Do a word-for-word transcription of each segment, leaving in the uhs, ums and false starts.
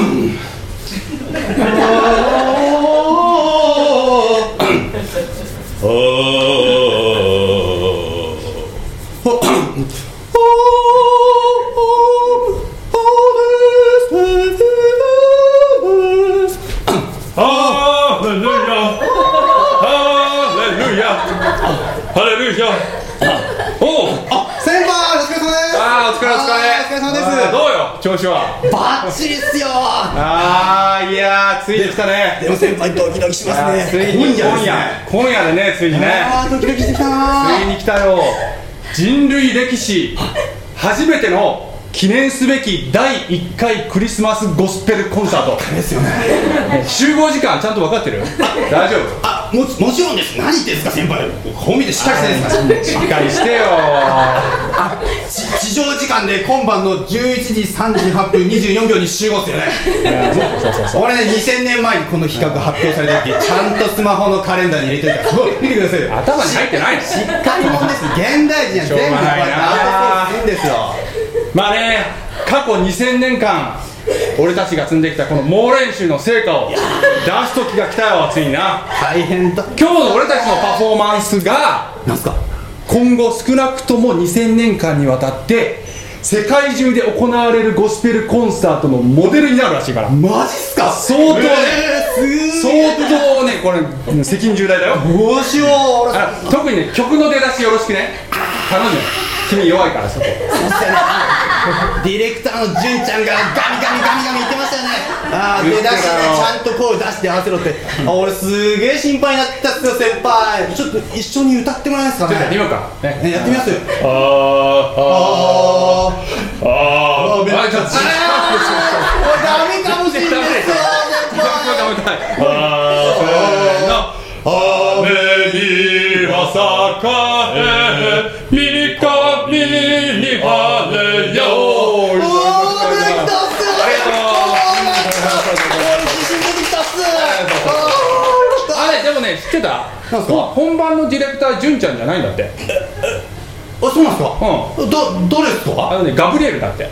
調子はバッチリっすよ。 あー、いやー、ついに来たね。 でも先輩ドキドキしますね。 ついに今夜今夜でね、ついにね。 あー、ドキドキしてきたな。 ついに来たよ。人類歴史初めての記念すべきだいいっかいクリスマスゴスペルコンサートですよね。 集合時間ちゃんと分かってる？大丈夫？ あ、も, もちろんです。何言ってんですか先輩。本見てしっかりしてるんですか。 しっかりしてよ。 あ、地上時間で今晩のじゅういちじさんじゅうはっぷんにじゅうよんびょうに集合っすよね。 そうそうそう。 俺ね、にせんねんまえにこの企画発表された時ちゃんとスマホのカレンダーに入れてるから、すごい見てくださいよ。 頭に入ってないの？ しっかりもんです。現代人は全部こうやってアウトソースするんですよ。 まあね、過去にせんねんかん俺たちが積んできたこの猛練習の成果を出す時が来たよ、ついにな。 大変だ。 今日の俺たちのパフォーマンスがなんすか？ 今後少なくともにせんねんかんにわたって世界中で行われるゴスペルコンサートのモデルになるらしいから。 マジっすか？ 相当ね、 えー、すげー。 相当ね、これ責任重大だよ。 どうしよう。 あ、特にね、曲の出だしよろしくね。頼むよ、君弱いからそこ。 そうっすよね。ディレクターの純ちゃんがガミガミガミガミ言ってましたよね。あー、出だしでちゃんと声出して合わせろって。あ、俺すげえ心配になったっすよ先輩。ちょっと一緒に歌ってもらえますかね。 ちょっとやってみようか、ね、 ね、やってみますよ。 あーあーあーあーあーちょっとダメかもしれないですよ。 雨には栄え三日に晴れよ。 おー、できたっす。 ありがとう。 俺自信出てきたっす。 あれ、でもね、知ってた？ なんすか？ 本番のディレクター純ちゃんじゃないんだって。 あ、そうなんすか？ うん。 ど、どれですか？ あのね、ガブリエルだって。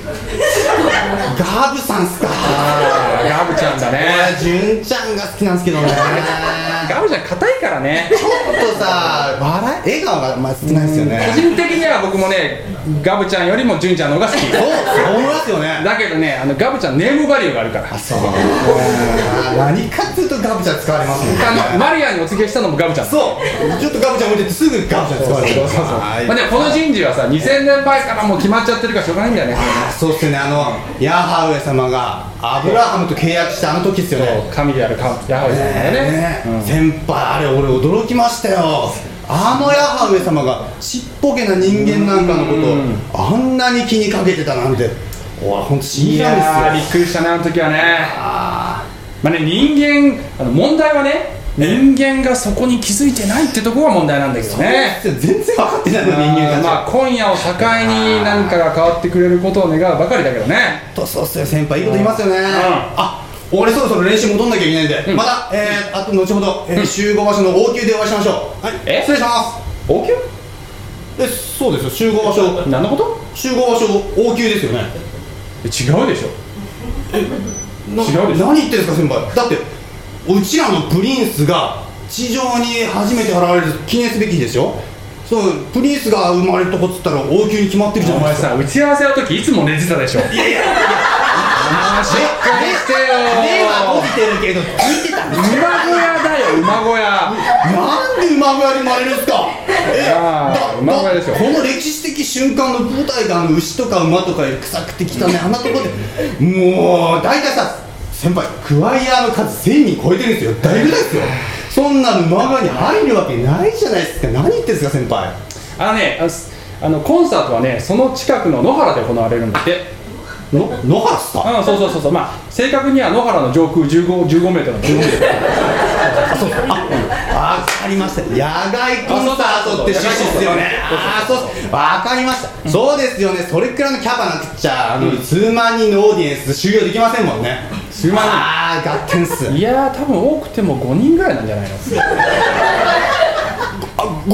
ガブさんっすか？ あー、ガブちゃんだね。 純ちゃんが好きなんですけどね。 ガブちゃん硬いからね。 ちょっとさ、笑い、笑顔がまあ少ないですよね。 個人的には僕もね、ガブちゃんよりも純ちゃんの方が好き。 そう、そう思いますよね。 だけどね、あのガブちゃんネームバリューがあるから。 あ、そう。何かっていうとガブちゃん使われますもんね。 あのマリアにお告げしたのもガブちゃん。 そう。ちょっとガブちゃん置いててすぐガブちゃん使われる。 そうそうそう。まあね、この人事はさ、にせんねんまえからもう決まっちゃってるからしょうがないんだよね。 そうっすよね。あのヤハウエ様がアブラハムと契約したあの時っすよね。 神であるヤハウエ様だね。うん、 先輩、あれ俺驚きましたよ。あのヤハウエ様がちっぽけな人間なんかのことをあんなに気にかけてたなんて、俺ほんと信じられないですよ。 びっくりしたね、あの時はね。あまあね、人間、あの問題はね、人間がそこに気づいてないってところが問題なんだけどね。 全然分かってないの、人間たち。 まあ今夜を境に何かが変わってくれることを願うばかりだけどね。 とそうっすよ、先輩いいこと言いますよね。うん、あ、俺そろそろ練習戻んなきゃいけないんで、うん、また、えー、あと後ほど、えーうん、集合場所の王宮でお会いしましょう。はい、え失礼します。 王宮？ え、そうですよ、集合場所。 何のこと？ 集合場所王宮ですよね。 え、違うでしょ。 え、な違うでしょ。何言ってんですか先輩。だってうちらのプリンスが地上に初めて現れる記念すべき日ですよ。そう、プリンスが生まれるとこっつったら王宮に決まってるじゃないですか。 お前さ、打ち合わせの時いつも寝てたでしょ。いやいやあー、しっかりしてよ。 目は閉じてるけど聞いてたんですよ。 馬小屋だよ、馬小屋。 なんで馬小屋に生まれるんですか。えあ、馬小屋ですよ。 この歴史的瞬間の舞台があの牛とか馬とかより臭くて汚いあんなところでもう大体さ、先輩クワイヤーの数せんにん超えてるんですよ。だいぶですよ。そんなの馬小屋に入るわけないじゃないですか。何言ってんですか先輩。 あのね、あのコンサートはね、その近くの野原で行われるんだって。 の野原っすか？ うん、そうそうそうそう。まあ正確には野原の上空じゅうご、じゅうごメートルのじゅうごメートル。 あ、そうですか。あ、わかりました。野外コンサートって趣旨ですよね。あ、そう、わかりました。そうですよね。それくらいのキャパなくっちゃ、あの数万人のオーディエンス収容できませんもんね。 数万人。 ああ、合点っす。 いやー、多分多くてもごにんぐらいなんじゃないの？ あ、ご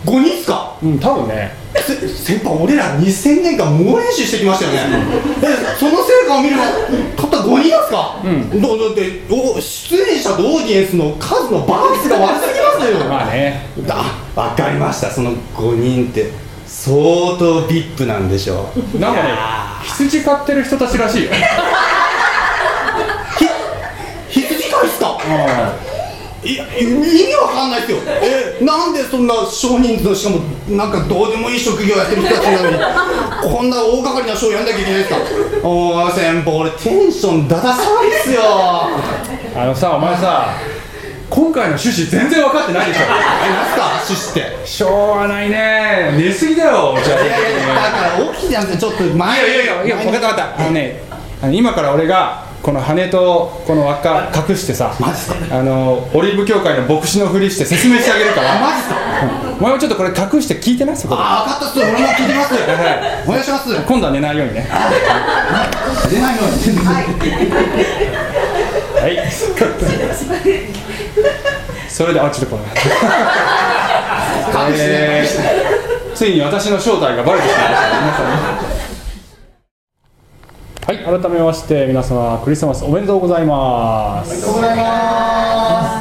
ごにんっすか？ うん、多分ね。 せ先輩、俺らにせんねんかん猛練習してきましたよね。え、その成果を見ればたったごにんなんすか？うん。だだってお出演者とオーディエンスの数のバランスが悪すぎますよ。 まあね。 だ、分かりました。そのごにんって相当 ビップ なんでしょう。 なんかね、羊飼ってる人たちらしいよ。 ひ羊飼いっすか？いや、意味わかんないですよ。え、なんでそんな少人数の、しかもなんかどうでもいい職業やってる人たちなのにこんな大掛かりなショーやんなきゃいけないですか？おー、先輩、俺テンションだだ下がりっすよ。 あのさ、お前さ、今回の趣旨全然分かってないでしょ。 え、なんすか趣旨って？ しょうがないね、寝すぎだよ。 いやいやいや、だから起きてたんですよ、ちょっと前。 いやいやいやいや、分かった分かった。あのね、あの今から俺がこの羽とこの輪っか隠してさ、 マジっすか？ あのオリーブ協会の牧師のふりして説明してあげるから。 マジっすか？ お前もちょっとこれ隠して聞いてな、そこで。 ああ、分かったっす。俺も聞いてます。 はい、 お願いします。 今度は寝ないようにね。 出ないように。 はい。それで、あ、ちょっとこれ、えー、ついに私の正体がバレてしまいました、皆さんに。はい、改めまして皆様クリスマスおめでとうございます。 おめでとうございます。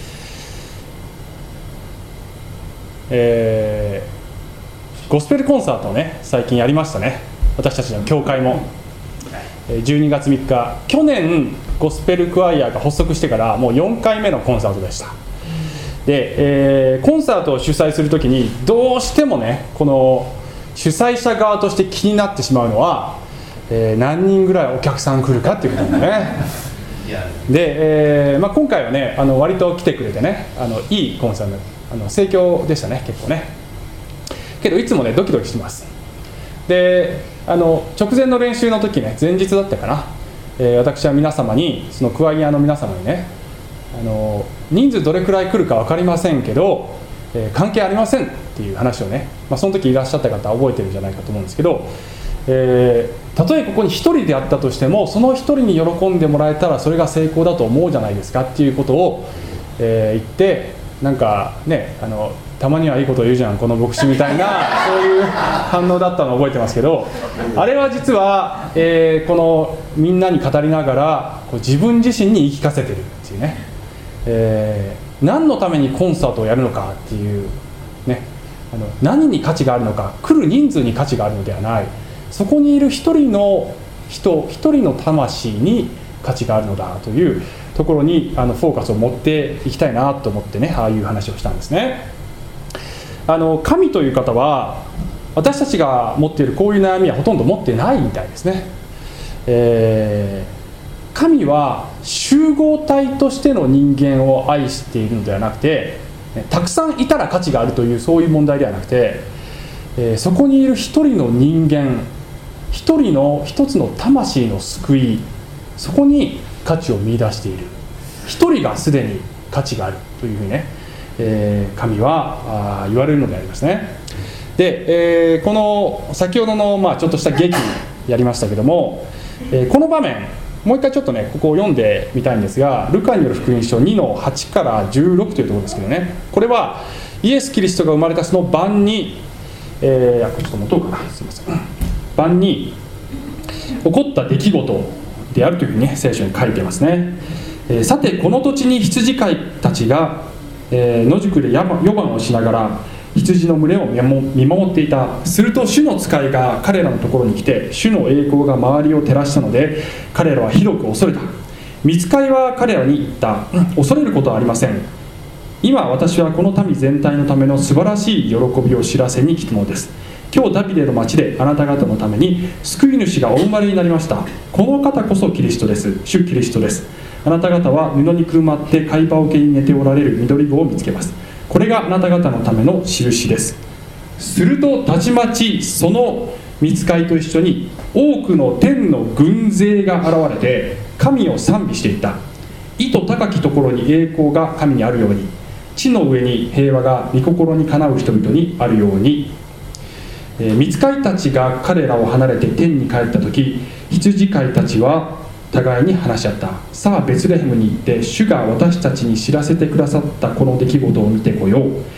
えー、ゴスペルコンサートをね、最近やりましたね。私たちの教会もじゅうにがつみっか、去年ゴスペルクワイアが発足してからもうよんかいめのコンサートでした。で、えー、コンサートを主催するときにどうしてもね、この主催者側として気になってしまうのは、えー、何人ぐらいお客さん来るかっていうことだね。で、えーまあ、今回はね、あの割と来てくれてね、あのいいコンサート、あの盛況でしたね、結構ね。けどいつもね、ドキドキしてます。で、あの直前の練習の時ね、前日だったかな、えー、私は皆様に、そのクワイアの皆様にね、あの人数どれくらい来るか分かりませんけど、えー、関係ありませんっていう話をね、まあ、その時いらっしゃった方は覚えてるんじゃないかと思うんですけど、えー、たとえここにひとりであったとしても、そのひとりに喜んでもらえたらそれが成功だと思うじゃないですかっていうことを、えー、言って、なんかね、あのたまにはいいこと言うじゃんこの牧師みたいなそういう反応だったのを覚えてますけど、あれは実は、えー、このみんなに語りながらこう自分自身に言い聞かせてるっていうね、えー、何のためにコンサートをやるのかっていうね、あの何に価値があるのか、来る人数に価値があるのではない、そこにいる一人の人、一人の魂に価値があるのだというところにあのフォーカスを持っていきたいなと思ってね、ああいう話をしたんですね。あの神という方は私たちが持っているこういう悩みはほとんど持ってないみたいですね。えー、神は集合体としての人間を愛しているのではなくて、たくさんいたら価値があるというそういう問題ではなくて、えー、そこにいる一人の人間、一人の一つの魂の救い、そこに価値を見出している。一人がすでに価値があるというふうにね、えー、神はあ言われるのでありますね。で、えー、この先ほどの、まあ、ちょっとした劇やりましたけども、えー、この場面もう一回ちょっとねここを読んでみたいんですが、ルカによる福音書にのはちからじゅうろくというところですけどね、これはイエス・キリストが生まれたその晩に、えー、ちょっと持とうかな、すみません、晩に起こった出来事であるというふうに、ね、聖書に書いてますね。えー、さてこの土地に羊飼いたちが、えー、野宿で夜番をしながら羊の群れを見守っていた。すると主の使いが彼らのところに来て、主の栄光が周りを照らしたので彼らはひどく恐れた。御使いは彼らに言った、恐れることはありません。今私はこの民全体のための素晴らしい喜びを知らせに来たのです。今日ダビデの町であなた方のために救い主がお生まれになりました。この方こそキリストです。主キリストです。あなた方は布にくるまって貝羽桶に寝ておられる緑子を見つけます。これがあなた方のための印です。するとたちまちその御使いと一緒に多くの天の軍勢が現れて神を賛美していった。意図高きところに栄光が神にあるように、地の上に平和が御心にかなう人々にあるように。えー、御使いたちが彼らを離れて天に帰った時、羊飼いたちは互いに話し合った。さあベツレヘムに行って主が私たちに知らせてくださったこの出来事を見てこよう。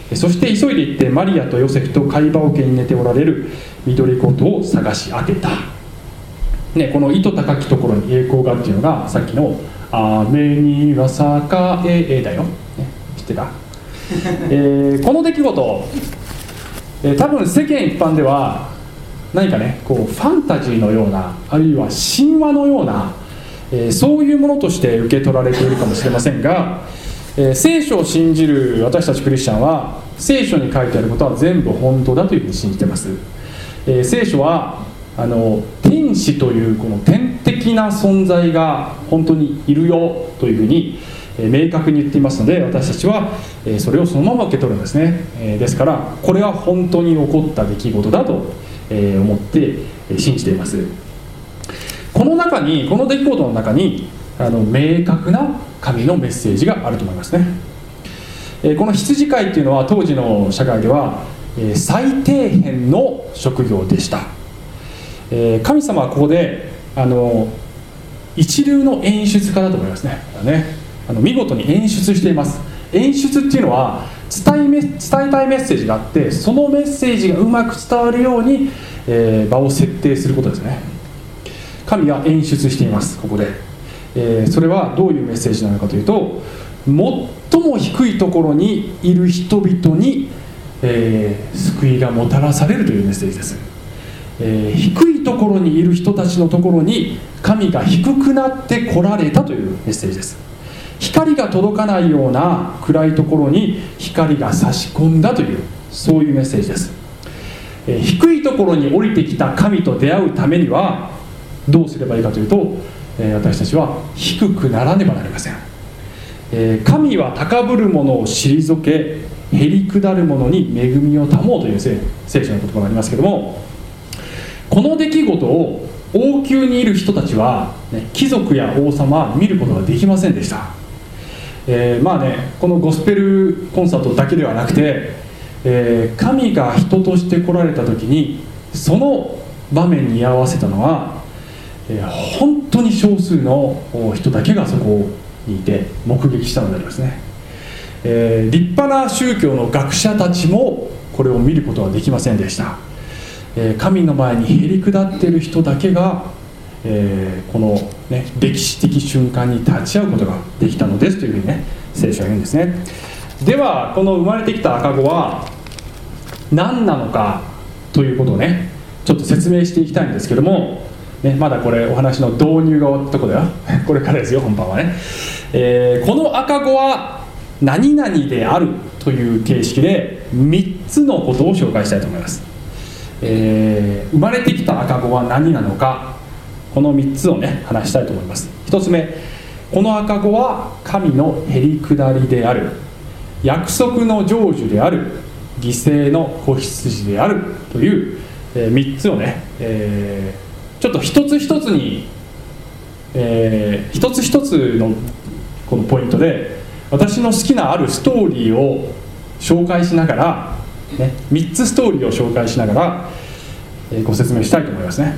そして急いで行ってマリアとヨセフと貝羽桶に寝ておられる緑子とを探し当てた、ね、この糸高きところに栄光がっていうのがさっきの雨には栄えだよ、ね、知ってたえー、この出来事、えー、多分世間一般では何かねこうファンタジーのようなあるいは神話のような、えー、そういうものとして受け取られているかもしれませんが、えー、聖書を信じる私たちクリスチャンは聖書に書いてあることは全部本当だというふうに信じています、えー、聖書はあの天使というこの天的な存在が本当にいるよというふうに明確に言っていますので、私たちはそれをそのまま受け取るんですね。ですからこれは本当に起こった出来事だと思って信じています。この中にこの出来事の中にあの明確な神のメッセージがあると思いますね。この羊飼いというのは当時の社会では最底辺の職業でした。神様はここであの一流の演出家だと思いますね。ねあの見事に演出しています。演出っていうのは伝えめ伝えたいメッセージがあって、そのメッセージがうまく伝わるように、えー、場を設定することですね。神は演出しています。ここで、えー、それはどういうメッセージなのかというと、最も低いところにいる人々に、えー、救いがもたらされるというメッセージです、えー、低いところにいる人たちのところに神が低くなって来られたというメッセージです。光が届かないような暗いところに光が差し込んだという、そういうメッセージです、えー、低いところに降りてきた神と出会うためにはどうすればいいかというと、えー、私たちは低くならねばなりません、えー、神は高ぶる者を退けへり下る者に恵みを賜うという聖書の言葉がありますけども、この出来事を王宮にいる人たちは、ね、貴族や王様は見ることができませんでした。えー、まあねこのゴスペルコンサートだけではなくて、えー、神が人として来られた時にその場面に居合わせたのは、えー、本当に少数の人だけがそこにいて目撃したのでありますね、えー、立派な宗教の学者たちもこれを見ることはできませんでした。えー、神の前にへり下っている人だけが、えー、この、ね、歴史的瞬間に立ち会うことができたのですというふうにね聖書は言うんですね。ではこの生まれてきた赤子は何なのかということをねちょっと説明していきたいんですけども、ね、まだこれお話の導入が終わったところだよこれからですよ本番はね、えー、この赤子は何々であるという形式でみっつのことを紹介したいと思います。えー、生まれてきた赤子は何なのか、このみっつをね話したいと思います。ひとつめ、この赤子は神のへり下りである、約束の成就である、犠牲の子羊であるという、えー、みっつをね、えー、ちょっと一つ一つに、えー、一つ一つのこのポイントで私の好きなあるストーリーを紹介しながらね、みっつストーリーを紹介しながら、えー、ご説明したいと思いますね。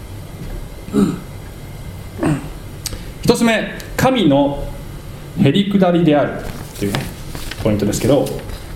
ひとつめ、神のへり下りであるという、ね、ポイントですけど、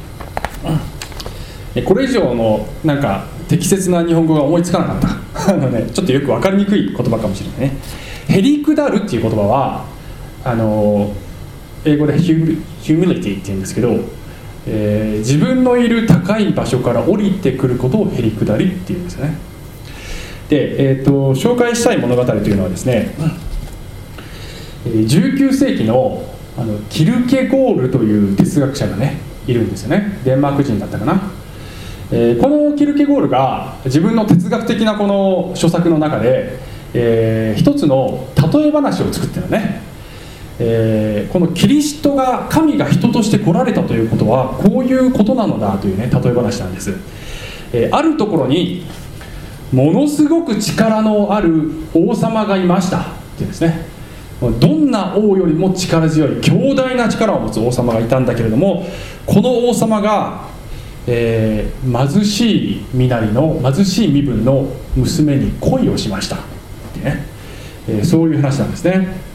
これ以上のなんか適切な日本語が思いつかなかったあの、ね、ちょっとよく分かりにくい言葉かもしれないね。へり下るっていう言葉はあの英語でヒューミリティっていうんですけど、えー、自分のいる高い場所から降りてくることをへり下りっていうんですよね。で、えー、と紹介したい物語というのはですね、じゅうきゅうせいき の, あのキルケゴールという哲学者がねいるんですよね。デンマーク人だったかな、えー、このキルケゴールが自分の哲学的なこの著作の中で、えー、一つの例え話を作ってるのね。えー、このキリストが神が人として来られたということはこういうことなのだというね例え話なんです。えー、あるところにものすごく力のある王様がいましたっていうんですね。どんな王よりも力強い強大な力を持つ王様がいたんだけれども、この王様が、えー、貧しい身なりの貧しい身分の娘に恋をしましたって、ねえー、そういう話なんですね。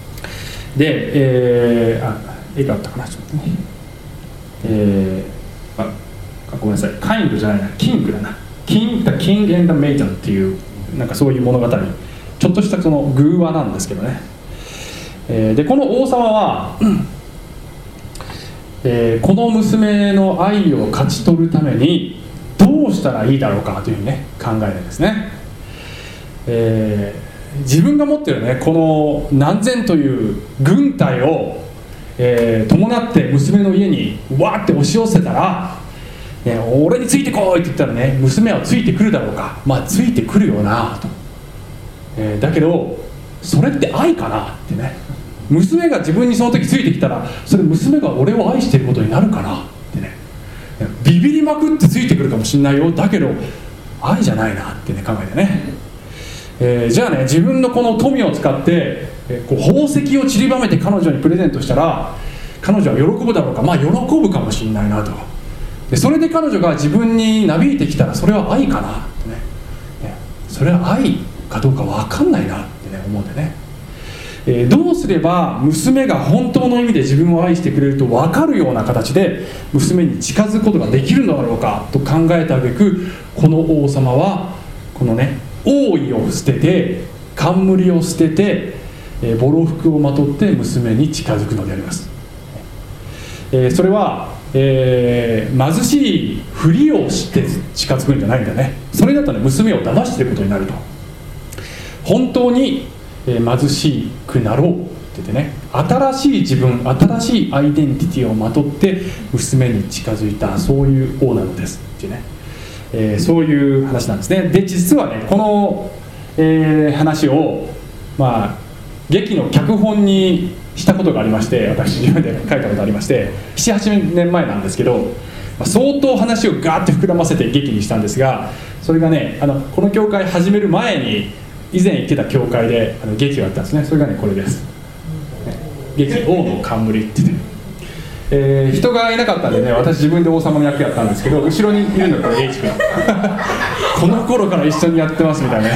で、えー、あ絵があったかなちょっとね、えー、 あごめんなさい、カインドじゃないな、キングだな、キング、キング・エンド・メイドンっていうなんかそういう物語、ちょっとしたその偶話なんですけどね、えー、でこの王様は、うんえー、この娘の愛を勝ち取るためにどうしたらいいだろうかというふうにね考えるんですね、えー、自分が持っているねこの何千という軍隊を、えー、伴って娘の家にわーって押し寄せたら、ね、俺についてこいって言ったらね娘はついてくるだろうか、まあついてくるよなと、えー、だけどそれって愛かなってね、娘が自分にその時ついてきたらそれ娘が俺を愛していることになるかなってね、ビビりまくってついてくるかもしれないよ、だけど愛じゃないなってね考えてね、えー、じゃあね自分のこの富を使って、えー、こう宝石を散りばめて彼女にプレゼントしたら彼女は喜ぶだろうか、まあ喜ぶかもしれないなと、でそれで彼女が自分になびいてきたらそれは愛かなってね、ねそれは愛かどうか分かんないなってね思うんでね、えー、どうすれば娘が本当の意味で自分を愛してくれると分かるような形で娘に近づくことができるのだろうかと考えた挙句、この王様はこのね王位を捨てて冠を捨てて、えー、ボロ服をまとって娘に近づくのであります、えー、それは、えー、貧しいふりをして近づくんじゃないんだね。それだとね娘を騙していることになると、本当にえー、貧しくなろうって言ってね、新しい自分、新しいアイデンティティをまとって娘に近づいた、そういう王なのですっていうね、えー、そういう話なんですね。で実はねこの、えー、話をまあ劇の脚本にしたことがありまして、私自分で書いたことありまして、ななはちねんまえなんですけど、まあ、相当話をガーッて膨らませて劇にしたんですが、それがねあのこの教会始める前に以前行ってた教会であの劇をやったんですね。それがねこれです、ね、劇王の冠って言って、えー、人がいなかったんでね私自分で王様の役やったんですけど、後ろにいるのがこれ H 君この頃から一緒にやってますみたいなね、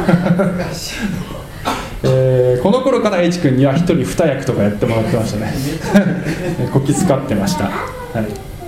えー、この頃から H 君には一人二役とかやってもらってましたねこき使ってました、はい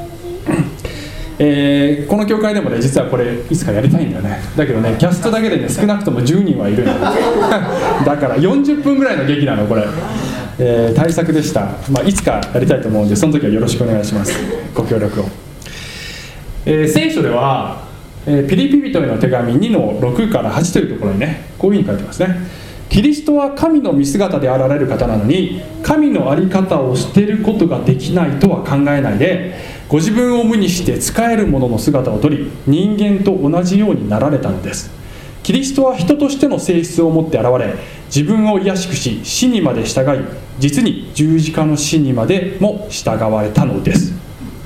えー、この教会でもね実はこれいつかやりたいんだよね。だけどねキャストだけでね少なくともじゅうにんはいるのだからよんじゅっぷんぐらいの劇なのこれ、えー、大作でした、まあ、いつかやりたいと思うんでその時はよろしくお願いします、ご協力を、えー、聖書では、えー、ピリピ人への手紙にのろくからはちというところにねこういうふうに書いてますね。キリストは神の見姿であられる方なのに神の在り方を捨てることができないとは考えないで、ご自分を無にして仕える者の姿をとり人間と同じようになられたのです。キリストは人としての性質を持って現れ、自分を卑しくし死にまで従い、実に十字架の死にまでも従われたのです、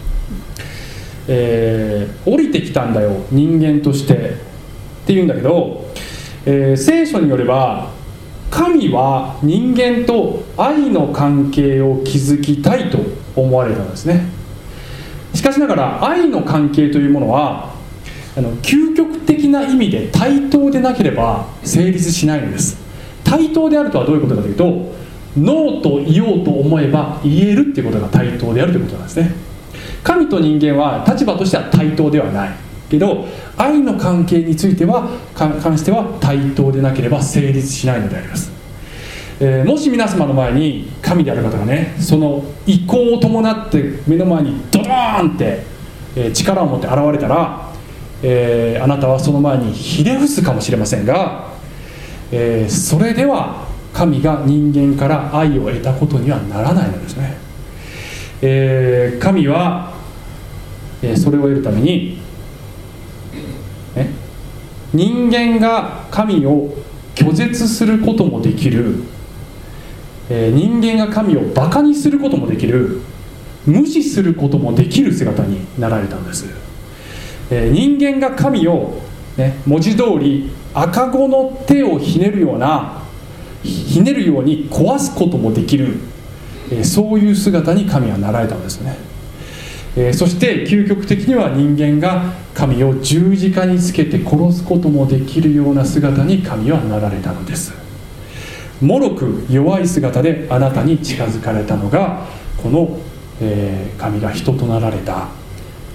えー、降りてきたんだよ人間としてっていうんだけど、えー、聖書によれば神は人間と愛の関係を築きたいと思われたんですね。しかしながら愛の関係というものはあの究極的な意味で対等でなければ成立しないのです。対等であるとはどういうことかというと、ノーと言おうと思えば言えるということが対等であるということなんですね。神と人間は立場としては対等ではないけど、愛の関係については関しては対等でなければ成立しないのであります。えー、もし皆様の前に神である方がねその意向を伴って目の前にドドーンって、えー、力を持って現れたら、えー、あなたはその前にひれ伏すかもしれませんが、えー、それでは神が人間から愛を得たことにはならないのですね。えー、神は、えー、それを得るために、ね、人間が神を拒絶することもできる、えー、人間が神をバカにすることもできる、無視することもできる姿になられたんです、えー、人間が神を、ね、文字通り赤子の手をひねるようなひねるように壊すこともできる、えー、そういう姿に神はなられたんですね。えー、そして究極的には人間が神を十字架につけて殺すこともできるような姿に神はなられたのです。もろく弱い姿であなたに近づかれたのがこの、えー、神が人となられた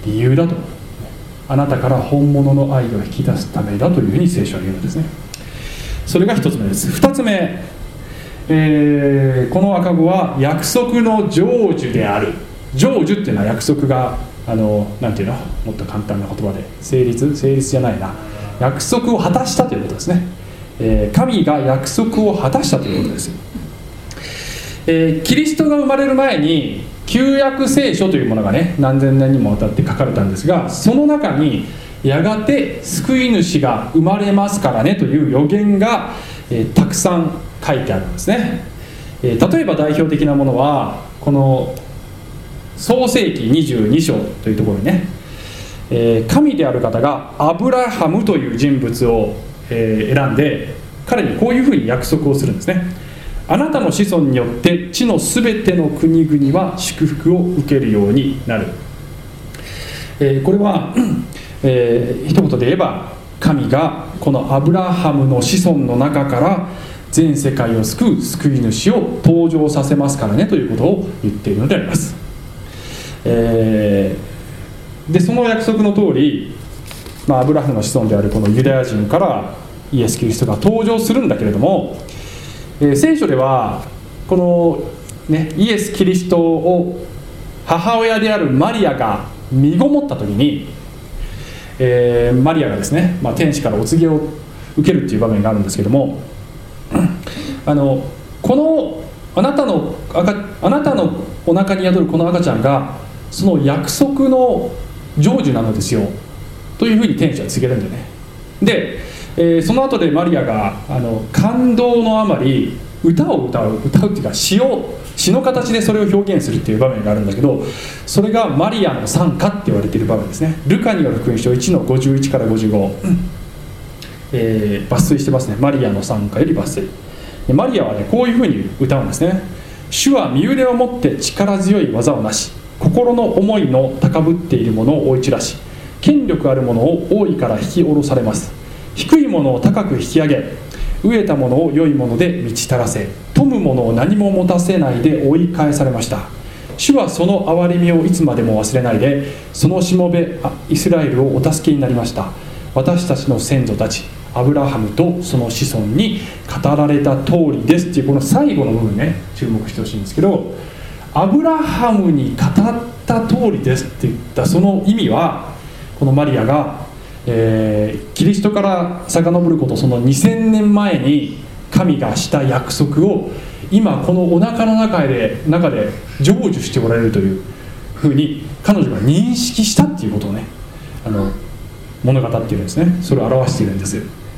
理由だと、あなたから本物の愛を引き出すためだというふうに聖書は言うんですね。それが一つ目です。二つ目、えー、この赤子は約束の成就である。成就っていうのは約束があのなんていうの、もっと簡単な言葉で成立成立じゃないな、約束を果たしたということですね。えー、神が約束を果たしたということです。えー、キリストが生まれる前に旧約聖書というものがね、何千年にもわたって書かれたんですが、その中にやがて救い主が生まれますからねという予言が、えー、たくさん書いてあるんですね。えー、例えば代表的なものはこの創世記にじゅうに章というところにね、えー、神である方がアブラハムという人物を、えー、選んで彼にこういうふうに約束をするんですね。あなたの子孫によって地のすべての国々は祝福を受けるようになる。えー、これは、えー、一言で言えば神がこのアブラハムの子孫の中から全世界を救う救い主を登場させますからねということを言っているのであります。えー、でその約束の通り、まあ、アブラハムの子孫であるこのユダヤ人からイエス・キリストが登場するんだけれども、えー、聖書ではこの、ね、イエス・キリストを母親であるマリアが身ごもった時に、えー、マリアがですね、まあ、天使からお告げを受けるっていう場面があるんですけども、あのこのあなたの赤あなたのお腹に宿るこの赤ちゃんがその約束の成就なのですよというふうに天使は告げるんだよね。で、えー、その後でマリアがあの感動のあまり歌を歌う歌うっていうか詩を詩の形でそれを表現するっていう場面があるんだけど、それがマリアの賛歌って言われている場面ですね。ルカによる福音書いちのごじゅういちからごじゅうご、えー、抜粋してますね。マリアの賛歌より抜粋。マリアはね、こういうふうに歌うんですね。主は身腕をもって力強い技をなし、心の思いの高ぶっているものを追い散らし、権力あるものを王位から引き下ろされます。低いものを高く引き上げ、飢えたものを良いもので満ち足らせ、富むものを何も持たせないで追い返されました。主はその憐れみをいつまでも忘れないで、そのしもべイスラエルをお助けになりました。私たちの先祖たちアブラハムとその子孫に語られた通りですっていうこの最後の部分ね、注目してほしいんですけど、アブラハムに語った通りですって言ったその意味は、このマリアが、えー、キリストから遡ることそのにせんねんまえに神がした約束を今このお腹の中で中で成就しておられるというふうに彼女が認識したっていうことをね、あの物語っているんですね。それを表しているんです。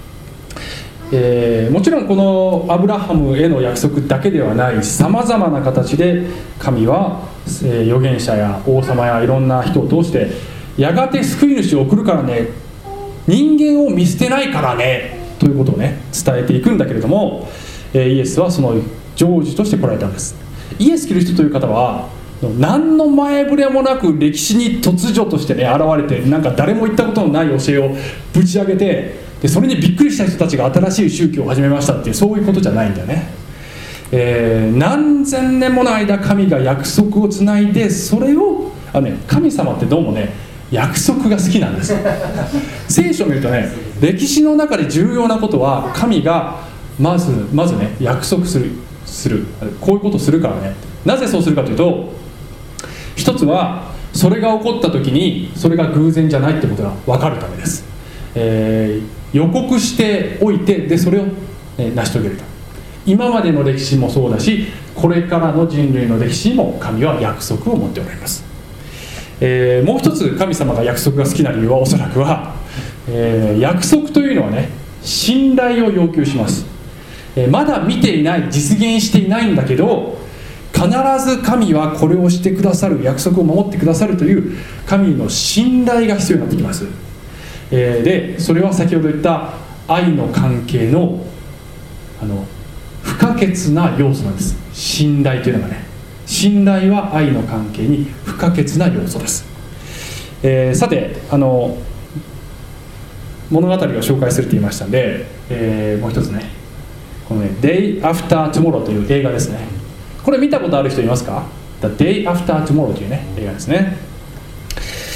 えー、もちろんこのアブラハムへの約束だけではないさまざまな形で神は、えー、預言者や王様やいろんな人を通してやがて救い主を送るからね、人間を見捨てないからねということをね伝えていくんだけれども、えー、イエスはその成就として来られたんです。イエス・キリストという方は何の前触れもなく歴史に突如としてね現れて、なんか誰も言ったことのない教えをぶち上げて、でそれにびっくりした人たちが新しい宗教を始めましたっていう、そういうことじゃないんだよね。えー、何千年もの間神が約束をつないで、それをあの、ね、神様ってどうもね約束が好きなんですよ。聖書を見るとね、歴史の中で重要なことは神がまずまずね約束するするこういうことをするからね。なぜそうするかというと、一つはそれが起こった時にそれが偶然じゃないってことが分かるためです。えー、予告しておいて、でそれを、ね、成し遂げると。今までの歴史もそうだし、これからの人類の歴史にも神は約束を持っておられます。えー、もう一つ神様が約束が好きな理由はおそらくは、えー、約束というのはね信頼を要求します。えー、まだ見ていない、実現していないんだけど必ず神はこれをしてくださる、約束を守ってくださるという神の信頼が必要になってきます。えー、でそれは先ほど言った愛の関係のあの不可欠な要素なんです。信頼というのがね、信頼は愛の関係に不可欠な要素です。えー、さてあの物語を紹介すると言いましたので、えー、もう一つね、このね Day After Tomorrow という映画ですね。これ見たことある人いますか？ The Day After Tomorrow というね映画ですね。こ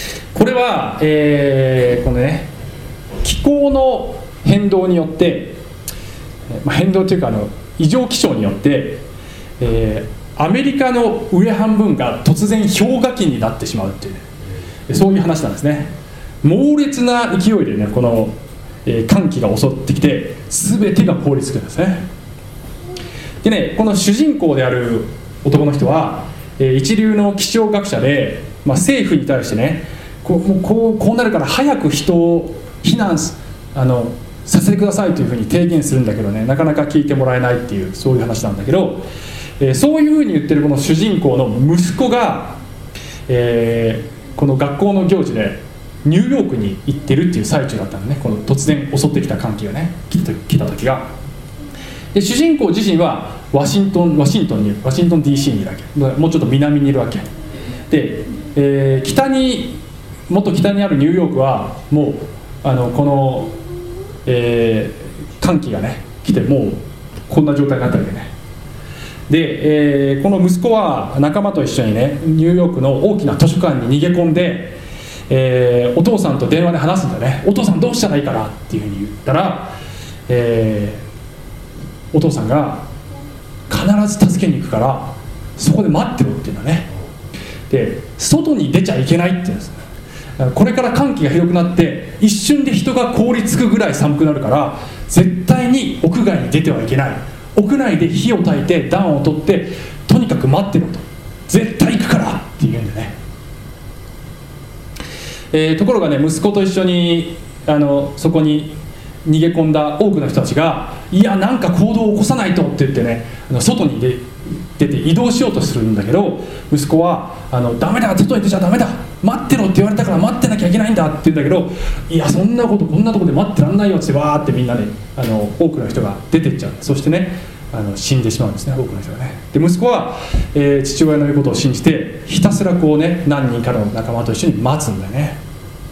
れは、えー、このね気候の変動によって、まあ、変動というかあの異常気象によって、えー、アメリカの上半分が突然氷河期になってしまうっていう、ね、そういう話なんですね。猛烈な勢いでねこの、えー、寒気が襲ってきて全てが凍りつくんですね。でねこの主人公である男の人は、えー、一流の気象学者で、まあ、政府に対してねこう、もうこう、こうなるから早く人を避難あのさせてくださいというふうに提言するんだけどね、なかなか聞いてもらえないっていうそういう話なんだけど、えー、そういうふうに言ってるこの主人公の息子が、えー、この学校の行事でニューヨークに行ってるっていう最中だったのね、この突然襲ってきた寒気がね来た来た時が。で主人公自身はワシントンワシントンにワシントン ディーシー にいるわけ、もうちょっと南にいるわけで、えー、北にもっと北にあるニューヨークはもうあのこの、えー、寒気がね来てもうこんな状態になったわけね。で、えー、この息子は仲間と一緒にねニューヨークの大きな図書館に逃げ込んで、えー、お父さんと電話で話すんだね。お父さんどうしたらいいかなっていうふうに言ったら、えー、お父さんが必ず助けに行くからそこで待ってろっていうんだね。で外に出ちゃいけないって言うんです。これから寒気がひどくなって一瞬で人が凍りつくぐらい寒くなるから絶対に屋外に出てはいけない、屋内で火を焚いて暖を取ってとにかく待ってろと、絶対行くからって言うんでね、えー、ところがね息子と一緒にあのそこに逃げ込んだ多くの人たちがいやなんか行動を起こさないとって言ってねあの外に出出て移動しようとするんだけど、息子はあのダメだ外に出ちゃダメだ待ってろって言われたから待ってなきゃいけないんだって言うんだけど、いやそんなことこんなとこで待ってらんないよってわーってみんなねあの多くの人が出てっちゃう。そしてねあの死んでしまうんですね、多くの人がね。で息子は、えー、父親の言うことを信じてひたすらこうね何人かの仲間と一緒に待つんだよね。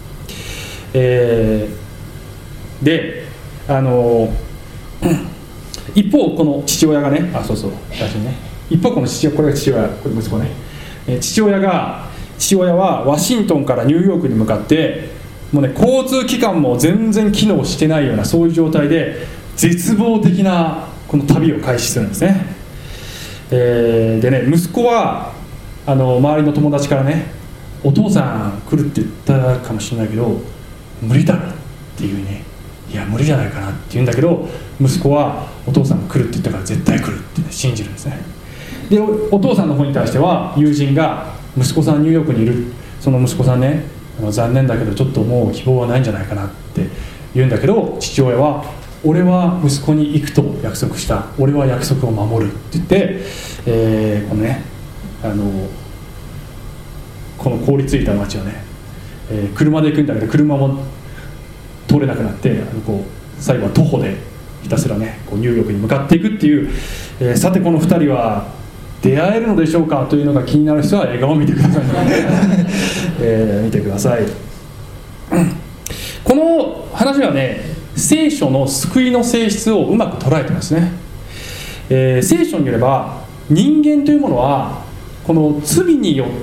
えー、であの一方この父親がねあそうそう最初にね一方この父親これが父親これ息子ね、えー、父親が父親はワシントンからニューヨークに向かってもうね交通機関も全然機能してないようなそういう状態で絶望的なこの旅を開始するんですね。えー、でね息子はあの周りの友達からねお父さん来るって言ったかもしれないけど無理だろっていうね、いや無理じゃないかなって言うんだけど息子はお父さんが来るって言ったから絶対来るって、ね、信じるんですね。で お, お父さんの方に対しては友人が息子さんニューヨークにいるその息子さんねあの残念だけどちょっともう希望はないんじゃないかなって言うんだけど、父親は俺は息子に行くと約束した、俺は約束を守るって言って、えー、このねあのこの凍りついた街をね、えー、車で行くんだけど車も通れなくなってあのこう最後は徒歩でひたすらねこうニューヨークに向かっていくっていう、えー、さてこのふたりは出会えるのでしょうかというのが気になる人は映画を見てください、えー、見てください。この話はね聖書の救いの性質をうまく捉えてますね。えー、聖書によれば人間というものはこの罪によって、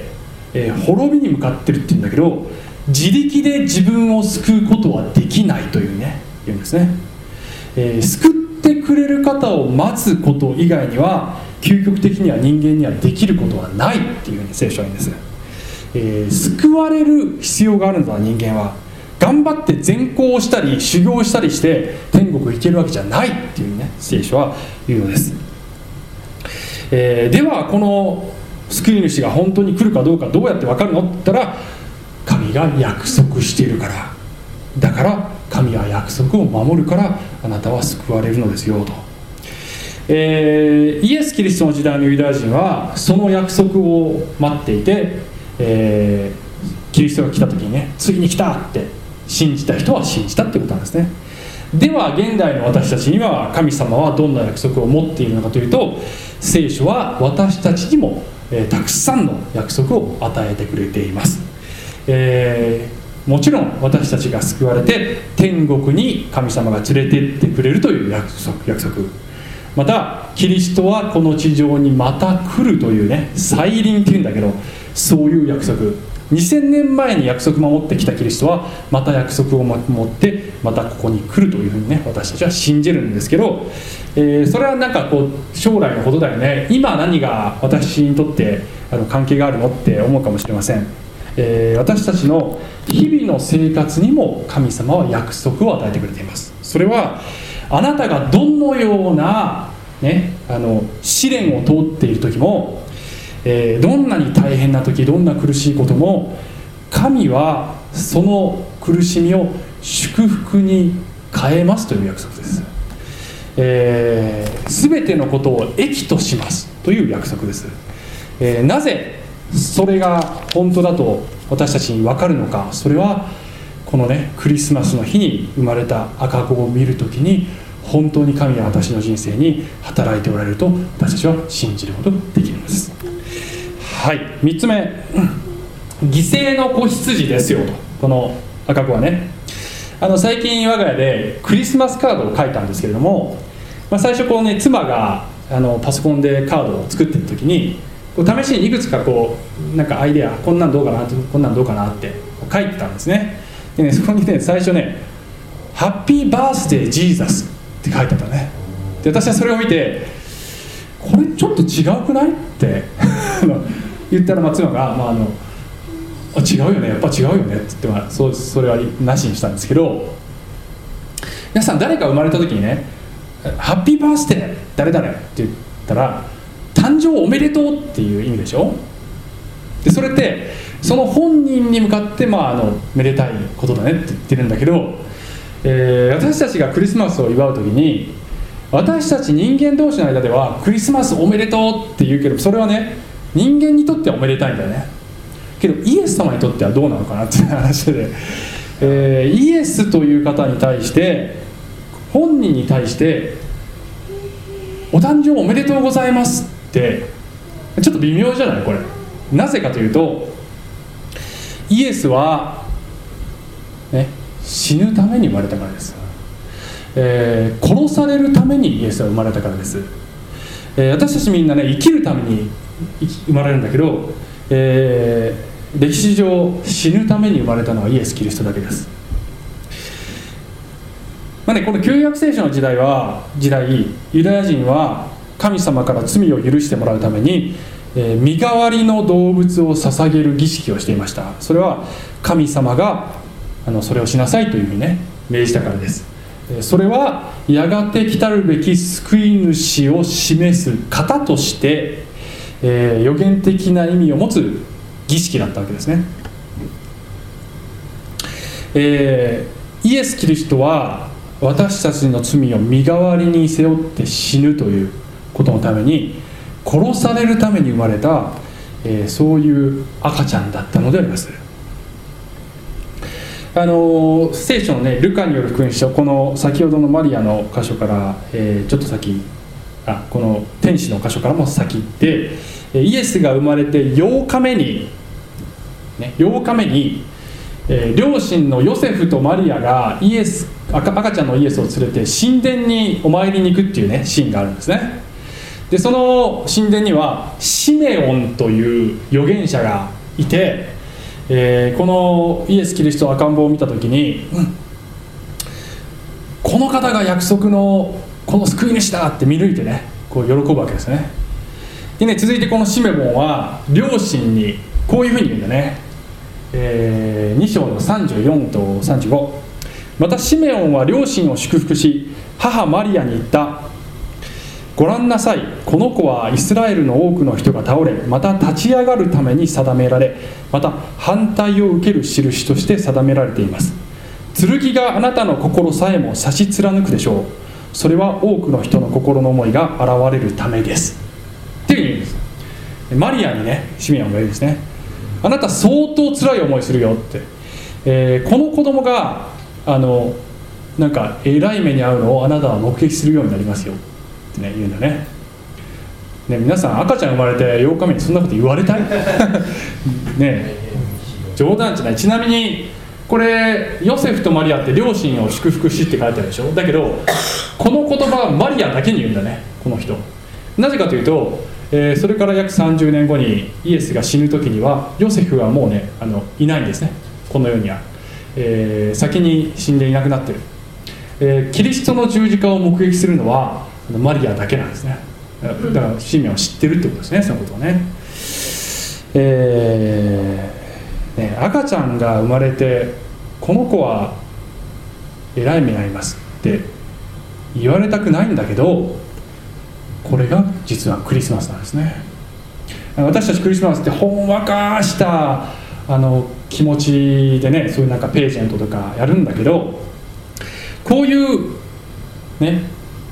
えー、滅びに向かってるっていうんだけど自力で自分を救うことはできないというね言うんですね。えー、救ってくれる方を待つこと以外には究極的には人間にはできることはないっていうふうに聖書は言うんです。えー、救われる必要があるんだ人間は。頑張って善行をしたり修行したりして天国行けるわけじゃないっていうね聖書は言うのです。えー、ではこの救い主が本当に来るかどうかどうやって分かるのって言ったら神が約束しているから、だから神は約束を守るからあなたは救われるのですよと。えー、イエス・キリストの時代のユダヤ人はその約束を待っていて、えー、キリストが来た時にね次に来たって信じた人は信じたってことなんですね。では現代の私たちには神様はどんな約束を持っているのかというと、聖書は私たちにも、えー、たくさんの約束を与えてくれています。えー、もちろん私たちが救われて天国に神様が連れて行ってくれるという約束、約束またキリストはこの地上にまた来るというね再臨っていうんだけどそういう約束にせんねんまえに約束を守ってきたキリストはまた約束を守ってまたここに来るというふうにね、私たちは信じるんですけど、えー、それはなんかこう将来のことだよね、今何が私にとってあの関係があるのって思うかもしれません。えー、私たちの日々の生活にも神様は約束を与えてくれています。それはあなたがどのような、ね、あの試練を通っている時も、えー、どんなに大変な時、どんな苦しいことも神はその苦しみを祝福に変えますという約束です。えー、全てのことを益としますという約束です。えー、なぜそれが本当だと私たちに分かるのか。それはこのね、クリスマスの日に生まれた赤子を見るときに本当に神は私の人生に働いておられると私たちは信じることができるのです。はい、みっつめ、犠牲の子羊ですよと。この赤子はね、あの最近我が家でクリスマスカードを書いたんですけれども、まあ、最初こうね、妻があのパソコンでカードを作ってる時にこう試しにいくつかこうなんかアイデア、こんなんどうかな、こんなんどうかなって書いてたんですね。でね、そこにね、最初ね、ハッピーバースデージーザスって書いてあったね。で、私はそれを見て、これちょっと違うくないって言ったら、まあ、妻が、まあ、あのあ違うよね、やっぱ違うよねって言って、まあ、そうそれはなしにしたんですけど、皆さん誰か生まれた時にね、ハッピーバースデー誰々って言ったら誕生おめでとうっていう意味でしょ。でそれってその本人に向かって、まあ、あのめでたいことだねって言ってるんだけど、えー、私たちがクリスマスを祝う時に私たち人間同士の間ではクリスマスおめでとうって言うけど、それはね、人間にとってはおめでたいんだよね。けどイエス様にとってはどうなのかなっていう話で、えー、イエスという方に対して本人に対してお誕生おめでとうございますってちょっと微妙じゃないこれ。なぜかというと、イエスは、ね、死ぬために生まれたからです。えー、殺されるためにイエスは生まれたからです。えー、私たちみんなね、生きるために生まれるんだけど、えー、歴史上死ぬために生まれたのはイエス・キリストだけです。まあね、この旧約聖書の時代は時代ユダヤ人は神様から罪を許してもらうために、えー、身代わりの動物を捧げる儀式をしていました。それは神様があのそれをしなさいというふうにね命じたからです。それはやがて来たるべき救い主を示す方として、えー、予言的な意味を持つ儀式だったわけですね。えー、イエス・キリストは私たちの罪を身代わりに背負って死ぬということのために、殺されるために生まれた、えー、そういう赤ちゃんだったのであります。あのー、聖書のね、ルカによる福音書、この先ほどのマリアの箇所から、えー、ちょっと先、あこの天使の箇所からも先行って、イエスが生まれてようかめに、ね、ようかめに、えー、両親のヨセフとマリアがイエス 赤, 赤ちゃんのイエスを連れて神殿にお参りに行くっていうねシーンがあるんですね。でその神殿にはシメオンという預言者がいて、えー、このイエス・キリストの赤ん坊を見た時に、うん、この方が約束のこの救い主だって見抜いてねこう喜ぶわけですね。でね、続いてこのシメオンは両親にこういうふうに言うんだね。えー、に章のさんじゅうよんとさんじゅうご、またシメオンは両親を祝福し母マリアに言った。ご覧なさい、この子はイスラエルの多くの人が倒れまた立ち上がるために定められ、また反対を受ける印として定められています。剣があなたの心さえも差し貫くでしょう。それは多くの人の心の思いが現れるためですっていう意味です。マリアにねシメオンが言うんですね。あなた相当辛い思いするよって、えー、この子供があのなんか偉い目に遭うのをあなたは目撃するようになりますよってね言うんだね。ね、皆さん赤ちゃん生まれてようかめにそんなこと言われたいね、冗談じゃない。ちなみにこれヨセフとマリアって両親を祝福しって書いてあるでしょ。だけどこの言葉はマリアだけに言うんだね、この人。なぜかというとえー、それから約さんじゅうねんごにイエスが死ぬ時にはヨセフはもうねあのいないんですね、この世には、えー、先に死んでいなくなってる、えー、キリストの十字架を目撃するのはマリアだけなんですね。だからシメオンは知ってるってことですね、そのことをね。えー、ね赤ちゃんが生まれてこの子はえらい目に遭いますって言われたくないんだけど、これが実はクリスマスなんですね。私たちクリスマスってほんわかしたあの気持ちでね、そういうなんかページェントとかやるんだけど、こういうね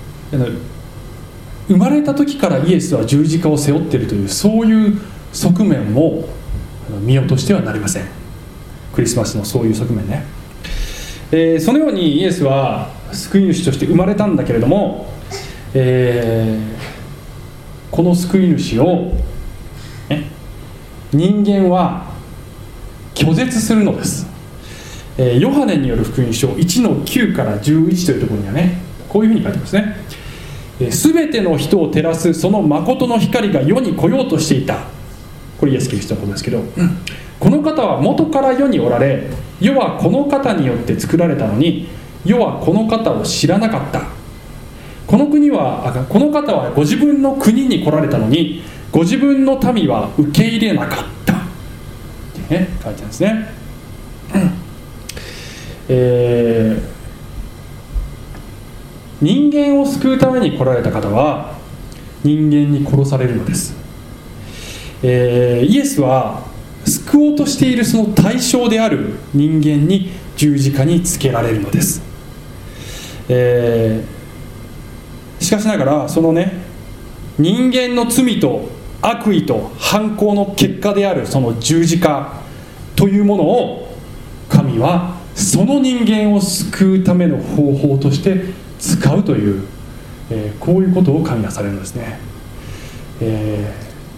生まれた時からイエスは十字架を背負っているというそういう側面も見落としてはなりません。クリスマスのそういう側面ね、えー、そのようにイエスは救い主として生まれたんだけれども、えー、この救い主を、ね、人間は拒絶するのです。えー、ヨハネによる福音書いちのきゅうからじゅういちというところにはね、こういうふうに書いてますね。すべての人を照らすその誠の光が世に来ようとしていた。これイエス・キリストのことですけど、うん、この方は元から世におられ、世はこの方によって作られたのに、世はこの方を知らなかった。この国はこの方はご自分の国に来られたのに、ご自分の民は受け入れなかったってね、書いてあるんですね。うん、えー人間を救うために来られた方は人間に殺されるのです。えー、イエスは救おうとしているその対象である人間に十字架につけられるのです。えー、しかしながらそのね人間の罪と悪意と犯行の結果であるその十字架というものを神はその人間を救うための方法として使うという、えー、こういうことを神がされるんですね。え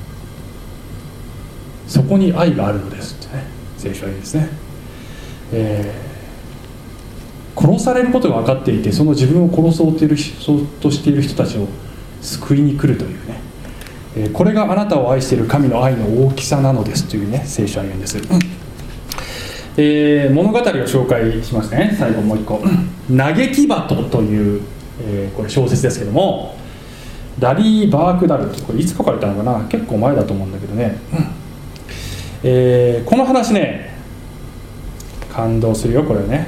ー、そこに愛があるのですってね、聖書は言うんですね。えー、殺されることが分かっていて、その自分を殺そうとしている人たちを救いに来るというね、えー、これがあなたを愛している神の愛の大きさなのですというね、聖書は言うんです。うん、えー、物語を紹介しますね。最後もう一個、嘆き鳩という、えー、これ小説ですけども、ダリー・バークダル、これいつ書かれたのかな、結構前だと思うんだけどね、うん、えー、この話ね感動するよこれね、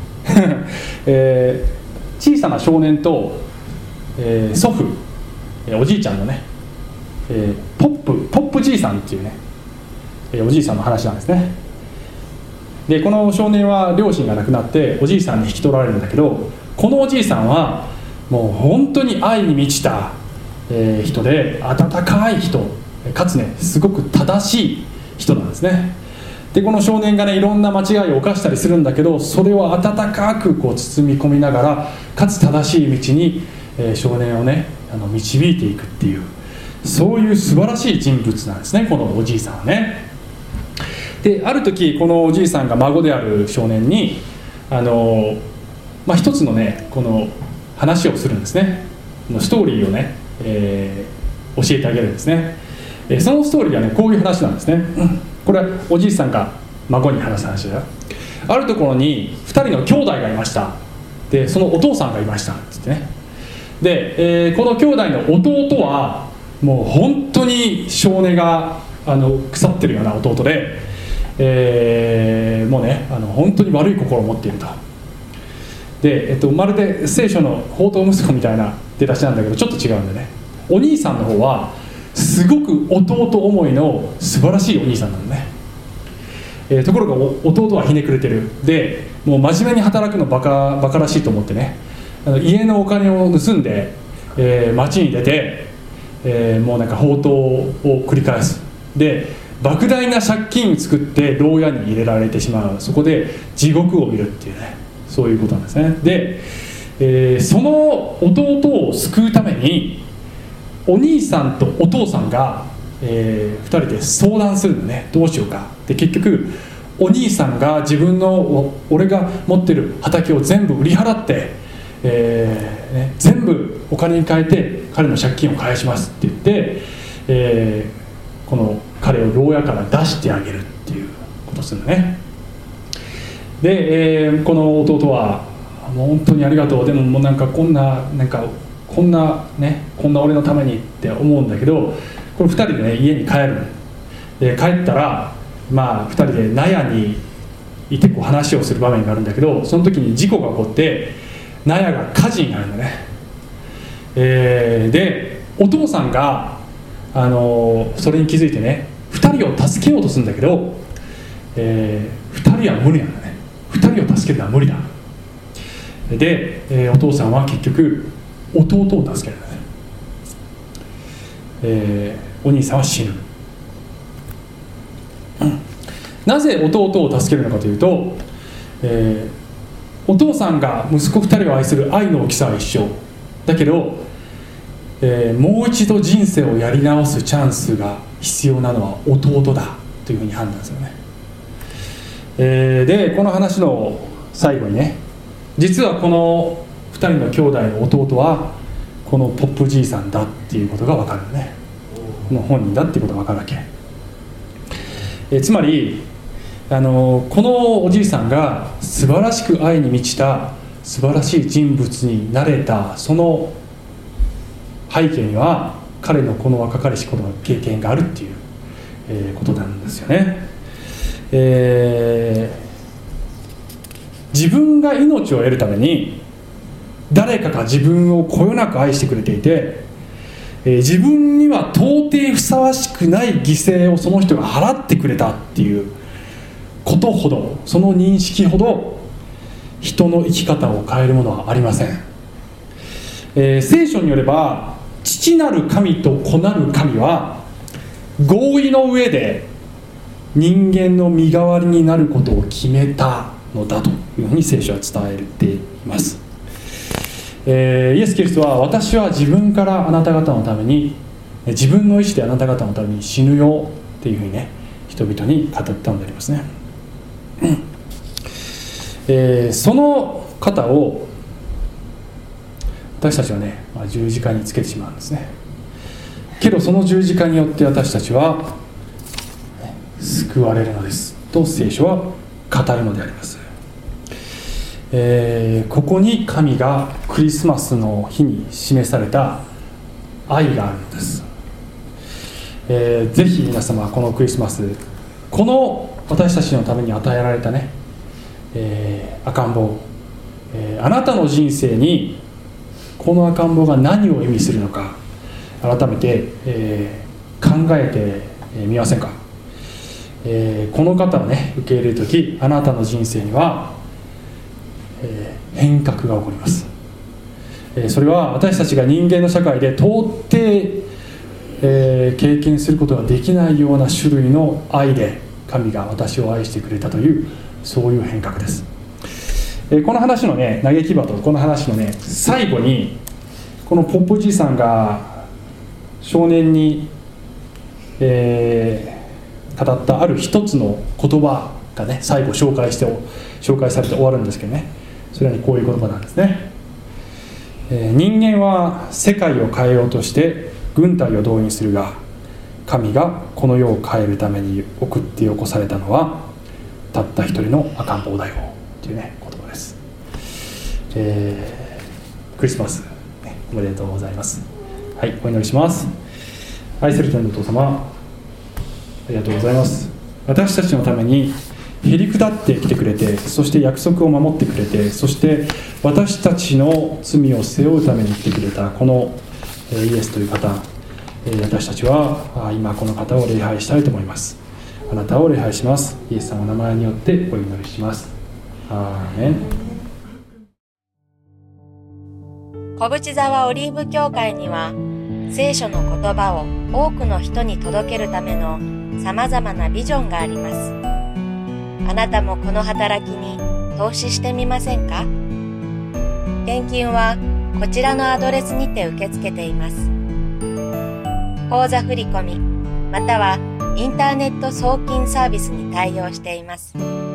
えー、小さな少年と、えー、祖父、えー、おじいちゃんのね、えー、ポップポップじいさんっていうね、えー、おじいさんの話なんですね。でこの少年は両親が亡くなっておじいさんに引き取られるんだけど、このおじいさんはもう本当に愛に満ちた、えー、人で、温かい人かつねすごく正しい人なんですね。でこの少年がねいろんな間違いを犯したりするんだけど、それを温かくこう包み込みながら、かつ正しい道に、えー、少年をねあの導いていくっていう、そういう素晴らしい人物なんですね、このおじいさんはね。である時このおじいさんが孫である少年にあの、まあ、一つのねこの話をするんですね。ストーリーをね、えー、教えてあげるんですね。えー、そのストーリーはねこういう話なんですね。うん、これはおじいさんが孫に話す話だよ。あるところにふたりの兄弟がいました。でそのお父さんがいましたって言ってね。で、えー、この兄弟の弟はもう本当に性根があの腐ってるような弟で、えー、もうねあの本当に悪い心を持っていると。で、えっと、まるで聖書の放蕩息子みたいな出だしなんだけどちょっと違うんでね、お兄さんの方はすごく弟思いの素晴らしいお兄さんなのね。えー、ところが弟はひねくれてる。でもう真面目に働くのバカバカらしいと思ってね、あの家のお金を盗んで、えー、街に出て、えー、もうなんか放蕩を繰り返す。で莫大な借金を作って牢屋に入れられてしまう。そこで地獄を見るっていうね、そういうことなんですね。で、えー、その弟を救うためにお兄さんとお父さんが、えー、ふたりで相談するのね。どうしようか。で結局お兄さんが自分の俺が持ってる畑を全部売り払って、えーね、全部お金に変えて彼の借金を返しますって言って、 えー、この彼を牢屋から出してあげるっていうことをするんだね。で、えー、この弟はもう本当にありがとう、でももうなんかこんななんかこんなねこんな俺のためにって思うんだけど、これふたりでね家に帰る。で帰ったらまあふたりで納屋にいてこう話をする場面があるんだけど、その時に事故が起こって納屋が火事になるんだね。えー、でお父さんが、あのー、それに気づいてねふたりを助けようとするんだけど、えー、ふたりは無理なんだね。ふたりを助けるのは無理だ。で、えー、お父さんは結局弟を助けるんだね。えー、お兄さんは死ぬ。なぜ弟を助けるのかというと、えー、お父さんが息子ふたりを愛する愛の大きさは一緒だけど、えー、もう一度人生をやり直すチャンスが必要なのは弟だというふうに判断するね。えー、でこの話の最後にね、実はこのふたりの兄弟の弟はこのポップじいさんだっていうことが分かるね。この本人だっていうことが分かるわけ。えー、つまりあのこのおじいさんが素晴らしく愛に満ちた素晴らしい人物になれたその背景には彼のこの若かりし頃の経験があるっていう、えー、ことなんですよね。えー、自分が命を得るために誰かが自分をこよなく愛してくれていて、えー、自分には到底ふさわしくない犠牲をその人が払ってくれたっていうことほど、その認識ほど人の生き方を変えるものはありません。えー、聖書によれば父なる神と子なる神は合意の上で人間の身代わりになることを決めたのだというふうに聖書は伝えています。えー、イエス・キリストは私は自分からあなた方のために自分の意志であなた方のために死ぬよっていうふうにね人々に語ったのでありますね。えー、その方を私たちはね、まあ、十字架につけてしまうんですね。けどその十字架によって私たちは救われるのですと聖書は語るのであります。えー、ここに神がクリスマスの日に示された愛があるのです。えー、ぜひ皆様このクリスマスこの私たちのために与えられたね、えー、赤ん坊、えー、あなたの人生にこの赤ん坊が何を意味するのか改めて、えー、考えてみませんか。えー、この方をね受け入れるときあなたの人生には、えー、変革が起こります。えー、それは私たちが人間の社会で到底、えー、経験することができないような種類の愛で神が私を愛してくれたというそういう変革です。えー、この話のね嘆き場とこの話のね最後にこのポップじいさんが少年に、えー語ったある一つの言葉がね最後紹介して紹介されて終わるんですけどね、それは、ね、こういう言葉なんですね。えー、人間は世界を変えようとして軍隊を動員するが神がこの世を変えるために送ってよこされたのはたった一人の赤ん坊だよというね言葉です。えー、クリスマス、ね、おめでとうございます。はい、お祈りします。愛する天のお父様ありがとうございます。私たちのためにへりくだってきてくれて、そして約束を守ってくれて、そして私たちの罪を背負うために来てくれたこのイエスという方、私たちは今この方を礼拝したいと思います。あなたを礼拝します。イエス様の名前によってお祈りします。アーメン。 小淵沢オリーブ教会には聖書の言葉を多くの人に届けるためのさまざまなビジョンがあります。あなたもこの働きに投資してみませんか？献金はこちらのアドレスにて受け付けています。口座振込またはインターネット送金サービスに対応しています。